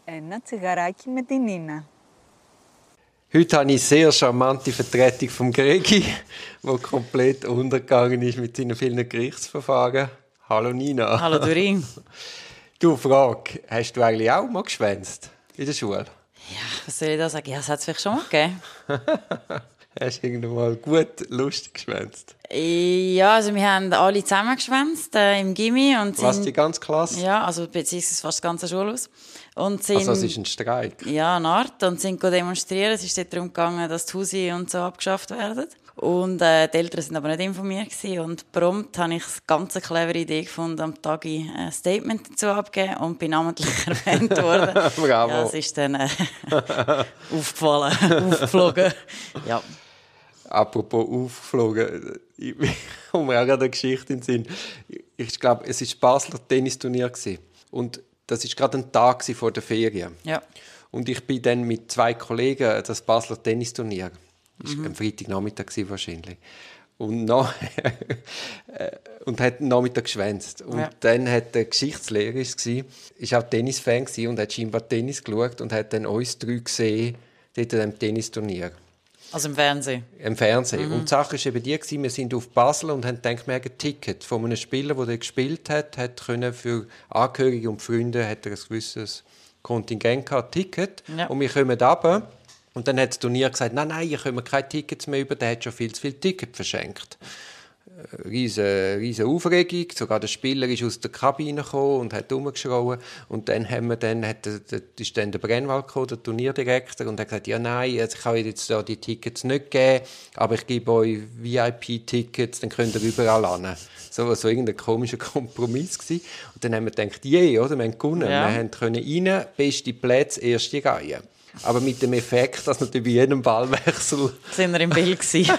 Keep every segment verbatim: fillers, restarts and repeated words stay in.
Ένα τσιγαράκι με την Νίνα. Heute habe ich eine sehr charmante Vertretung vom Gregi, der komplett untergegangen ist mit seinen vielen Gerichtsverfahren. Hallo Nina. Hallo Dorin. Du, Frage, hast du eigentlich auch mal geschwänzt in der Schule? Ja, was soll ich da sagen? Ja, das hat es vielleicht schon mal gegeben. Hast du irgendwann mal gut lustig geschwänzt? Ja, also wir haben alle zusammen geschwänzt äh, im Gymi. Und sind, Was, die ganze Klasse? Ja, also beziehungsweise fast das ganze Schulhaus. Und sind, also es ist ein Streik? Ja, eine Art. Und sind demonstrieren. Es ist dort darum gegangen, dass die Husi und so abgeschafft werden. Und äh, die Eltern waren aber nicht informiert gewesen. Und prompt habe ich eine ganz clevere Idee gefunden, am Tag ein Statement dazu abgeben und bin namentlich erwähnt worden. Bravo. Ja, es ist dann äh, aufgefallen, aufgeflogen. Ja. Apropos aufgeflogen, ich komme mir auch gerade eine Geschichte in den Sinn. Ich glaube, es war das Basler Tennisturnier und das war gerade ein Tag vor der Ferien. Ja. Und ich bin dann mit zwei Kollegen das Basler Tennisturnier. Das war mhm. am Freitagnachmittag wahrscheinlich. Und nachher und hat Nachmittag geschwänzt. Und ja. dann hat der Geschichtslehrer, war auch Tennisfan und hat scheinbar Tennis geschaut und hat dann uns drei gesehen, dort an dem Tennisturnier. Also im Fernsehen? Im Fernsehen. Mhm. Und die Sache war eben die, wir sind auf Basel und haben gedacht, wir haben ein Ticket von einem Spieler, der gespielt hat, hat können für Angehörige und Freunde hat er ein gewisses Kontingent gehabt, Ticket. Ja. Und wir kommen runter. Und dann hat das Turnier gesagt, nein, nein, ihr könnt keine Tickets mehr über, der hat schon viel zu viele Tickets verschenkt. Riese, riese Aufregung, sogar der Spieler ist aus der Kabine gekommen und hat rumgeschrien. Und dann, haben wir dann hat der, der, ist dann der Brennwald gekommen, der Turnierdirektor, und hat gesagt, ja nein, ich kann euch jetzt da die Tickets nicht geben, aber ich gebe euch V I P-Tickets, dann könnt ihr überall hin. So war so irgendein komischer Kompromiss gewesen. Und dann haben wir gedacht, je, oder, wir haben gewonnen. Ja. Wir können rein, beste Plätze, erste Reihe. Aber mit dem Effekt, dass natürlich bei jedem Ballwechsel... Sind wir im Bild gewesen.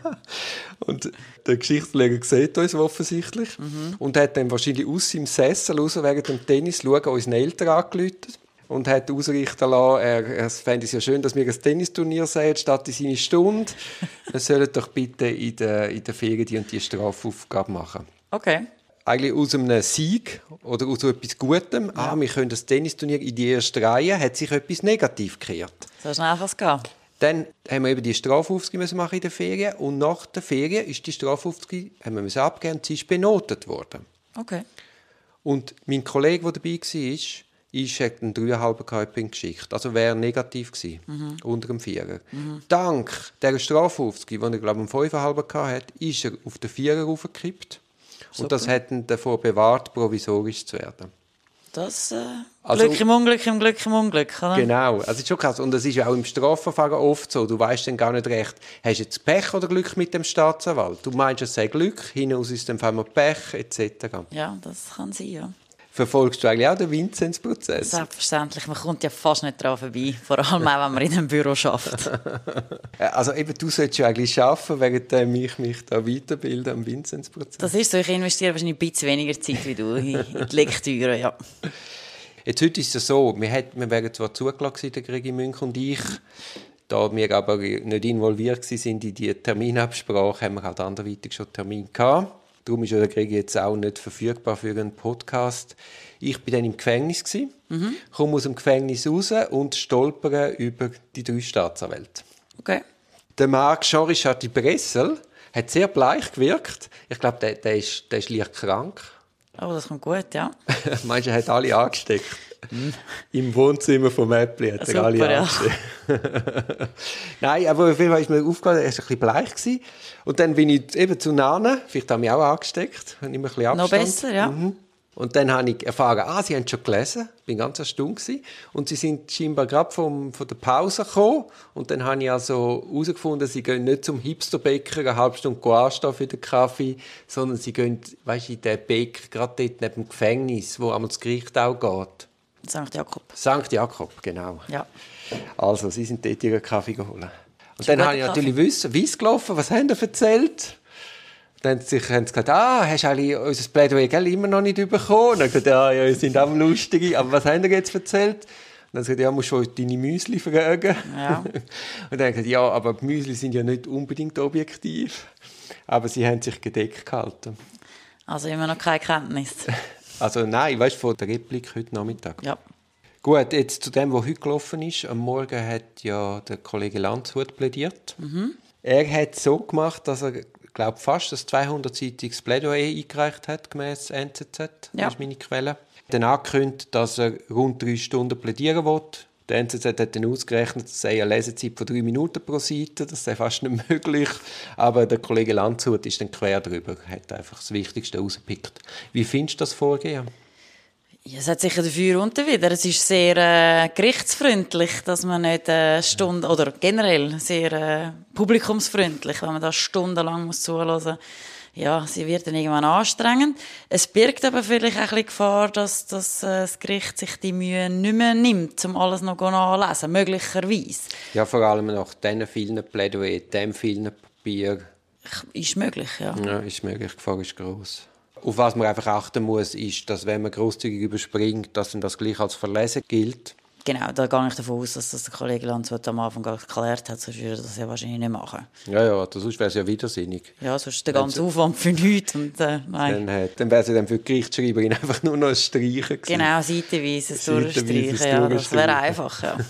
Und der Geschichtslehrer sieht uns offensichtlich mhm. und hat dann wahrscheinlich aus seinem Sessel raus während dem Tennis schauen, unseren Eltern angerufen und hat ausrichten lassen, er, er fände es ja schön, dass wir ein Tennisturnier sehen, statt in seine Stunde. Wir sollen doch bitte in der, in der Ferien die und die Strafaufgabe machen. Okay. Eigentlich aus einem Sieg oder aus etwas Gutem, ja. ah, wir können das Tennisturnier in die erste Reihe, hat sich etwas negativ gekehrt. So schnell was gehen. Dann haben wir eben die Strafaufgabe machen in der Ferien und nach der Ferien ist die Strafaufgabe haben wir abgegeben und sie ist benotet worden. Okay. Und mein Kollege, der dabei war, ist, hat einen dreieinhalb in Geschichte. Also wäre negativ gewesen, mhm. unter dem Vierer. Mhm. Dank dieser Strafaufgabe, die er, glaube ich, einen fünfeinhalb hatte, ist er auf den Vierer raufgekippt. Super. Und das hat ihn davor bewahrt, provisorisch zu werden. Das äh, also, Glück im Unglück, im Glück im Unglück, oder? Genau, also das ist schon krass. Und das ist ja auch im Strafverfahren oft so. Du weißt dann gar nicht recht, hast du jetzt Pech oder Glück mit dem Staatsanwalt? Du meinst, es sei Glück, hinaus ist dann einmal Pech, et cetera. Ja, das kann sein, ja. Verfolgst du eigentlich auch den Vinzenz-Prozess? Selbstverständlich, man kommt ja fast nicht daran vorbei, vor allem auch, wenn man in einem Büro arbeitet. Also eben, du solltest ja eigentlich arbeiten, während ich mich da weiterbilde am Vinzenz-Prozess. Das ist so, ich investiere wahrscheinlich ein bisschen weniger Zeit wie du in die Lektüre, ja. Jetzt, heute ist es so, wir, hat, wir wären zwar zugelassen, der Gregi Münch und ich, da wir aber nicht involviert waren in die Terminabsprache, haben wir halt anderweitig schon Termin gehabt. Darum ist der Gregi jetzt auch nicht verfügbar für einen Podcast. Ich war dann im Gefängnis, mhm. komme aus dem Gefängnis raus und stolpere über die drei Staatsanwälte. Okay. Der Marc Jean-Richard de Bressel hat sehr bleich gewirkt. Ich glaube, der, der, ist, der ist leicht krank. Oh, das kommt gut, ja. Meinst du, er hat alle angesteckt? Im Wohnzimmer von Mäppli hat er super, alle ja. angesteckt. Nein, aber auf jeden Fall ist mir aufgefallen, er war ein bisschen bleich gewesen. Und dann bin ich eben zu Nana, vielleicht habe ich mich auch angesteckt, habe immer ein bisschen Abstand. Noch besser, ja. Mhm. Und dann habe ich erfahren, ah, sie haben schon gelesen, ich bin ganz erstaunt gewesen. Und sie sind scheinbar gerade vom, von der Pause gekommen. Und dann habe ich also herausgefunden, sie gehen nicht zum Hipsterbäcker eine halbe Stunde anstehen für den Kaffee, sondern sie gehen, weißt du, in den Bäcker, gerade dort neben dem Gefängnis, wo einmal das Gericht auch geht. Sankt Jakob. Sankt Jakob, genau. Ja. Also, sie sind dort ihren Kaffee geholt. Und dann habe ich natürlich wissen, wie es gelaufen, was haben sie erzählt? Dann haben sie gesagt, ah, hast du eigentlich unser Plädoyer immer noch nicht bekommen? Und dann gesagt, ja, ja, wir sind auch lustig. Aber was haben sie jetzt erzählt? Und dann haben sie gesagt, ja, musst du deine Müsli fragen. Ja. Und dann haben sie gesagt, ja, aber die Müsli sind ja nicht unbedingt objektiv. Aber sie haben sich gedeckt gehalten. Also immer noch keine Kenntnis. Also nein, weißt du, von der Replik heute Nachmittag. Ja. Gut, jetzt zu dem, was heute gelaufen ist. Am Morgen hat ja der Kollege Landshut plädiert. Mhm. Er hat es so gemacht, dass er, glaube fast ein zweihundertseitiges Plädoyer eingereicht hat, gemäss N Z Z. Ja. Das ist meine Quelle. Er hat dann angekündigt, dass er rund drei Stunden plädieren will. Der N Z Z hat dann ausgerechnet, es sei eine Lesezeit von drei Minuten pro Seite. Das sei fast nicht möglich. Aber der Kollege Landshut ist dann quer drüber. Er hat einfach das Wichtigste rausgepickt. Wie findest du das Vorgehen? Ja, es hat sicher dafür und wieder. Es ist sehr äh, gerichtsfreundlich, dass man nicht äh, Stunden oder generell sehr äh, publikumsfreundlich, wenn man das stundenlang muss zuhören muss. Ja, sie wird dann irgendwann anstrengend. Es birgt aber vielleicht auch ein bisschen Gefahr, dass, dass äh, das Gericht sich die Mühe nicht mehr nimmt, um alles noch nachzulesen, möglicherweise. Ja, vor allem nach diesen vielen Plädoyer, dem vielen Papier. Ist möglich, ja. Ja, ist möglich. Die Gefahr ist gross. Auf was man einfach achten muss, ist, dass wenn man grosszügig überspringt, dass dann das gleich als Verlesen gilt. Genau, da gehe ich davon aus, dass das der Kollege Landshut am Anfang geklärt hat, sonst würde er das ja wahrscheinlich nicht machen. Ja, ja, sonst wäre es ja widersinnig. Ja, sonst ist der ganze Aufwand für nichts. Und, äh, nein. Dann, äh, dann wäre es ja dann für die Gerichtsschreiberin einfach nur noch ein Streichen gewesen. Genau, seitenweise durchstreichen, ja, das wäre einfach, ja.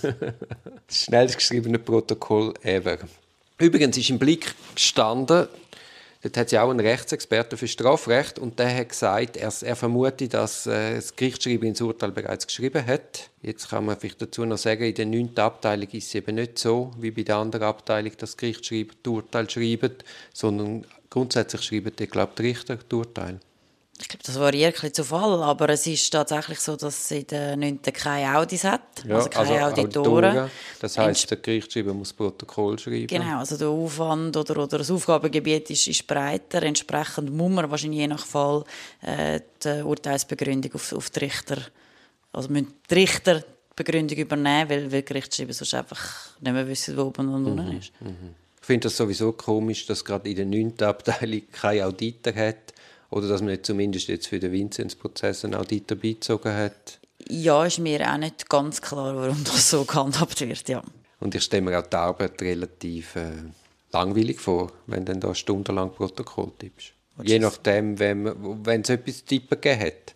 Das schnellst geschriebene Protokoll ever. Übrigens ist im Blick gestanden, dort hat ja auch einen Rechtsexperten für Strafrecht und der hat gesagt, er, er vermute, dass äh, das Gerichtsschreiberin das Urteil bereits geschrieben hat. Jetzt kann man vielleicht dazu noch sagen, in der neunten Abteilung ist es eben nicht so, wie bei der anderen Abteilung, dass die Gerichtsschreiber das Urteil schreiben, sondern grundsätzlich schreiben die, glaube ich, die Richter das Urteil. Ich glaube, das variiert ein bisschen zu Fall, aber es ist tatsächlich so, dass es in der neunten keine Audis hat, ja, also keine also Auditoren. Auditoren. Das heisst, der Gerichtsschreiber muss Protokoll schreiben. Genau, also der Aufwand oder, oder das Aufgabengebiet ist, ist breiter. Entsprechend muss man wahrscheinlich je nach Fall äh, die Urteilsbegründung auf, auf die Richter, also müssen die Richter die Begründung übernehmen, weil, weil die Gerichtsschreiber sonst einfach nicht mehr wissen, wo oben und unten ist. Mhm. Ich finde das sowieso komisch, dass gerade in der neunten Abteilung keine Auditor hat. Oder dass man nicht zumindest jetzt für den Vinzenz-Prozess einen Auditor beizogen hat. Ja, ist mir auch nicht ganz klar, warum das so gehandhabt wird, ja. Und ich stelle mir auch die Arbeit relativ äh, langweilig vor, wenn du da stundenlang Protokoll tippst. Was Je nachdem, wenn es etwas zu tippen gegeben hat.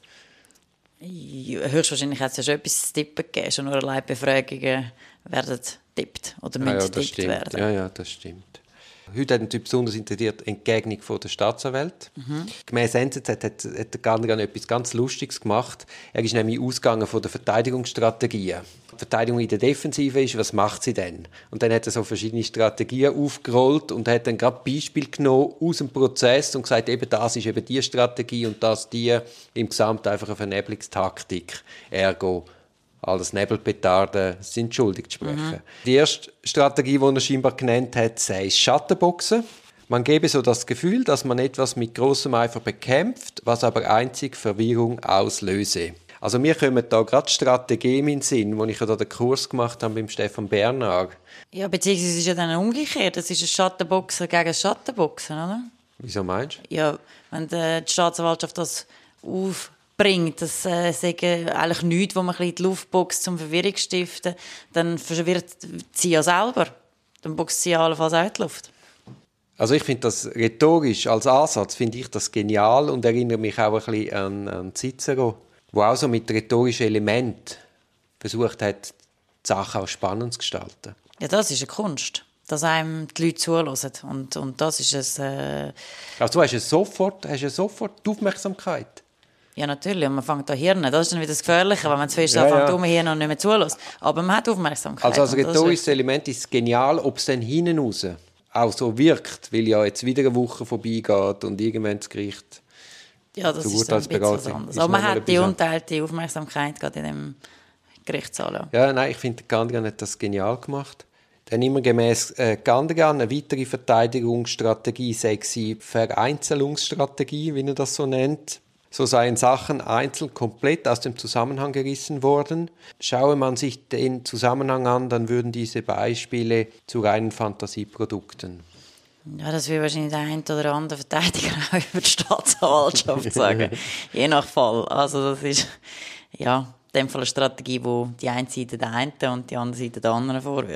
Ja, höchstwahrscheinlich hat es ja schon etwas zu tippen gegeben. Schon nur allein Befragungen werden getippt oder müssen ja, ja, getippt werden. Ja, ja, das stimmt. Heute hat natürlich besonders interessiert Entgegnung von der Staatsanwalt. Mhm. Gemäss N Z Z hat, hat der Gandigan etwas ganz Lustiges gemacht. Er ist nämlich ausgegangen von der Verteidigungsstrategien. Die Verteidigung in der Defensive ist, was macht sie denn? Und dann hat er so verschiedene Strategien aufgerollt und hat dann gerade Beispiel genommen aus dem Prozess und gesagt, eben das ist eben die Strategie und das die, im Gesamt einfach eine Vernebelungstaktik. Ergo als Nebelpetarden sind schuldig zu sprechen. Mhm. Die erste Strategie, die er scheinbar genannt hat, sei Schattenboxen. Man gebe so das Gefühl, dass man etwas mit grossem Eifer bekämpft, was aber einzig Verwirrung auslöse. Also mir kommen da gerade Strategien in den Sinn, wo ich ja da den Kurs gemacht habe beim Stefan Bernhard. Ja, beziehungsweise ist es ja dann umgekehrt. Das ist ein Schattenboxen gegen Schattenboxen, oder? Wieso meinst du? Ja, wenn die Staatsanwaltschaft das auf bringt, das äh, sagen eigentlich nichts, wo man ein bisschen die Luft boxt, zum Verwirrung zu stiften, dann verwirrt sie ja selber. Dann boxt sie ja allenfalls auch in die Luft. Also ich finde das rhetorisch als Ansatz finde ich das genial und erinnere mich auch ein bisschen an, an Cicero, der auch so mit rhetorischen Elementen versucht hat, die Sachen auch spannend zu gestalten. Ja, das ist eine Kunst, dass einem die Leute zuhören. Und, und das ist es. Äh also du hast ja sofort, hast ja sofort die Aufmerksamkeit. Ja, natürlich. Und man fängt an Hirnen. Das ist dann wieder das Gefährliche, wenn man zu fest anfängt, ja, ja. Hirn und nicht mehr zulässt. Aber man hat Aufmerksamkeit. Also als rhetorisches Element ist es genial, ob es dann hinten raus auch so wirkt, weil ja jetzt wieder eine Woche vorbeigeht und irgendwann das Gericht ja, das ist dann ein bisschen was anderes. Aber man hat die unteilte Aufmerksamkeit gerade in dem Gerichtssaal. Ja, ja nein, ich finde, Gandigan hat das genial gemacht. Dann immer gemäss äh, Gandigan eine weitere Verteidigungsstrategie sei die Vereinzelungsstrategie, wie er das so nennt. So seien Sachen einzeln komplett aus dem Zusammenhang gerissen worden. Schaue man sich den Zusammenhang an, dann würden diese Beispiele zu reinen Fantasieprodukten. Ja, das will wahrscheinlich der eine oder andere Verteidiger auch über die Staatsanwaltschaft sagen. Je nach Fall. Also das ist ja in dem Fall eine Strategie, die die eine Seite der einen und die andere Seite der anderen vorwirft.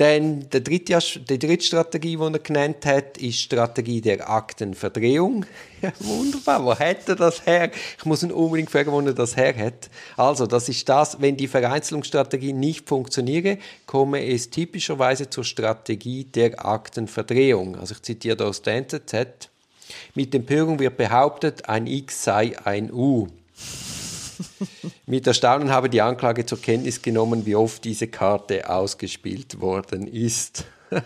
Dann der dritte, die dritte Strategie, die er genannt hat, ist die Strategie der Aktenverdrehung. Ja, wunderbar, wo hat er das her? Ich muss ihn unbedingt fragen, wo er das her hat. Also, das ist das, wenn die Vereinzelungsstrategie nicht funktioniere, komme es typischerweise zur Strategie der Aktenverdrehung. Also ich zitiere da aus der N Z Z. Mit Empörung wird behauptet, ein X sei ein U. Mit Erstaunen habe die Anklage zur Kenntnis genommen, wie oft diese Karte ausgespielt worden ist.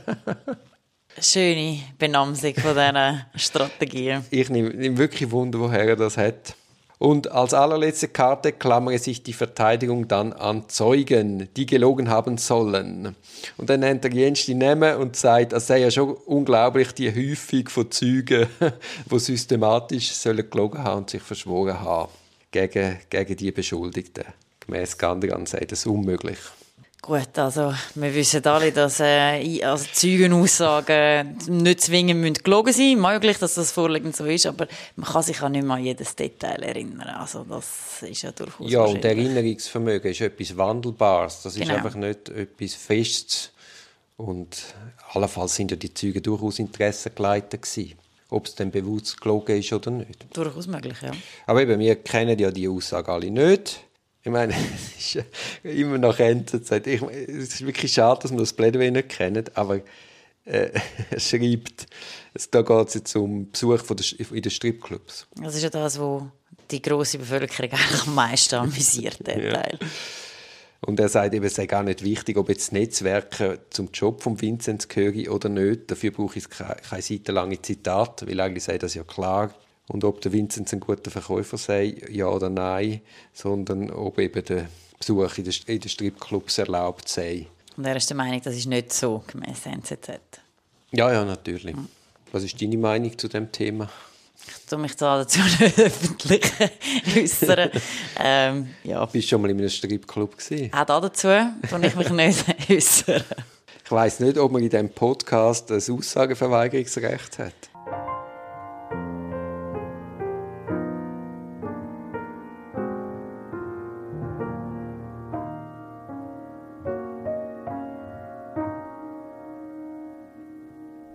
Schöne Benamsung von diesen Strategien. Ich nehme, nehme wirklich Wunder, woher er das hat. Und als allerletzte Karte klammere sich die Verteidigung dann an Zeugen, die gelogen haben sollen. Und dann nennt er Jens die Namen und sagt, es sei ja schon unglaublich, die Häufung von Zeugen, die systematisch sollen gelogen haben und sich verschworen haben. Gegen, gegen die Beschuldigten. Gemäss Gandigan sei das unmöglich. Gut, also wir wissen alle, dass äh, also Zeugenaussagen nicht zwingend müssen gelogen sein. Möglich, dass das vorliegend so ist, aber man kann sich auch nicht mehr an jedes Detail erinnern. Also das ist ja durchaus Ja, und Erinnerungsvermögen ist etwas Wandelbares. Das genau. ist einfach nicht etwas Festes. Und allenfalls sind ja die Zeugen durchaus interessengeleitet gewesen. Ob es dann bewusst gelogen ist oder nicht. Durchaus möglich, ja. Aber eben, wir kennen ja die Aussage alle nicht. Ich meine, es ist immer noch N Z Z. Ich, es ist wirklich schade, dass wir das Plädoyer nicht kennen, aber äh, er schreibt, es, da geht es jetzt um Besuch von der, in den Stripclubs. Das ist ja das, was die grosse Bevölkerung eigentlich am meisten amüsiert, der ja. Teil. Und er sagt eben, es sei gar nicht wichtig, ob jetzt Netzwerke zum Job von Vinzenz gehören oder nicht. Dafür brauche ich kein, kein seitenlange Zitat, weil eigentlich sei das ja klar. Und ob der Vinzenz ein guter Verkäufer sei, ja oder nein, sondern ob eben der Besuch in den, in den Stripclubs erlaubt sei. Und er ist der Meinung, das ist nicht so, gemäss N Z Z. Ja, ja, natürlich. Hm. Was ist deine Meinung zu dem Thema? Ich tue mich da dazu nicht öffentlich äußern. ähm, ja. Bist du schon mal in einem Stripclub gewesen? Auch dazu tue ich mich nicht äußern. Ich weiss nicht, ob man in diesem Podcast ein Aussageverweigerungsrecht hat.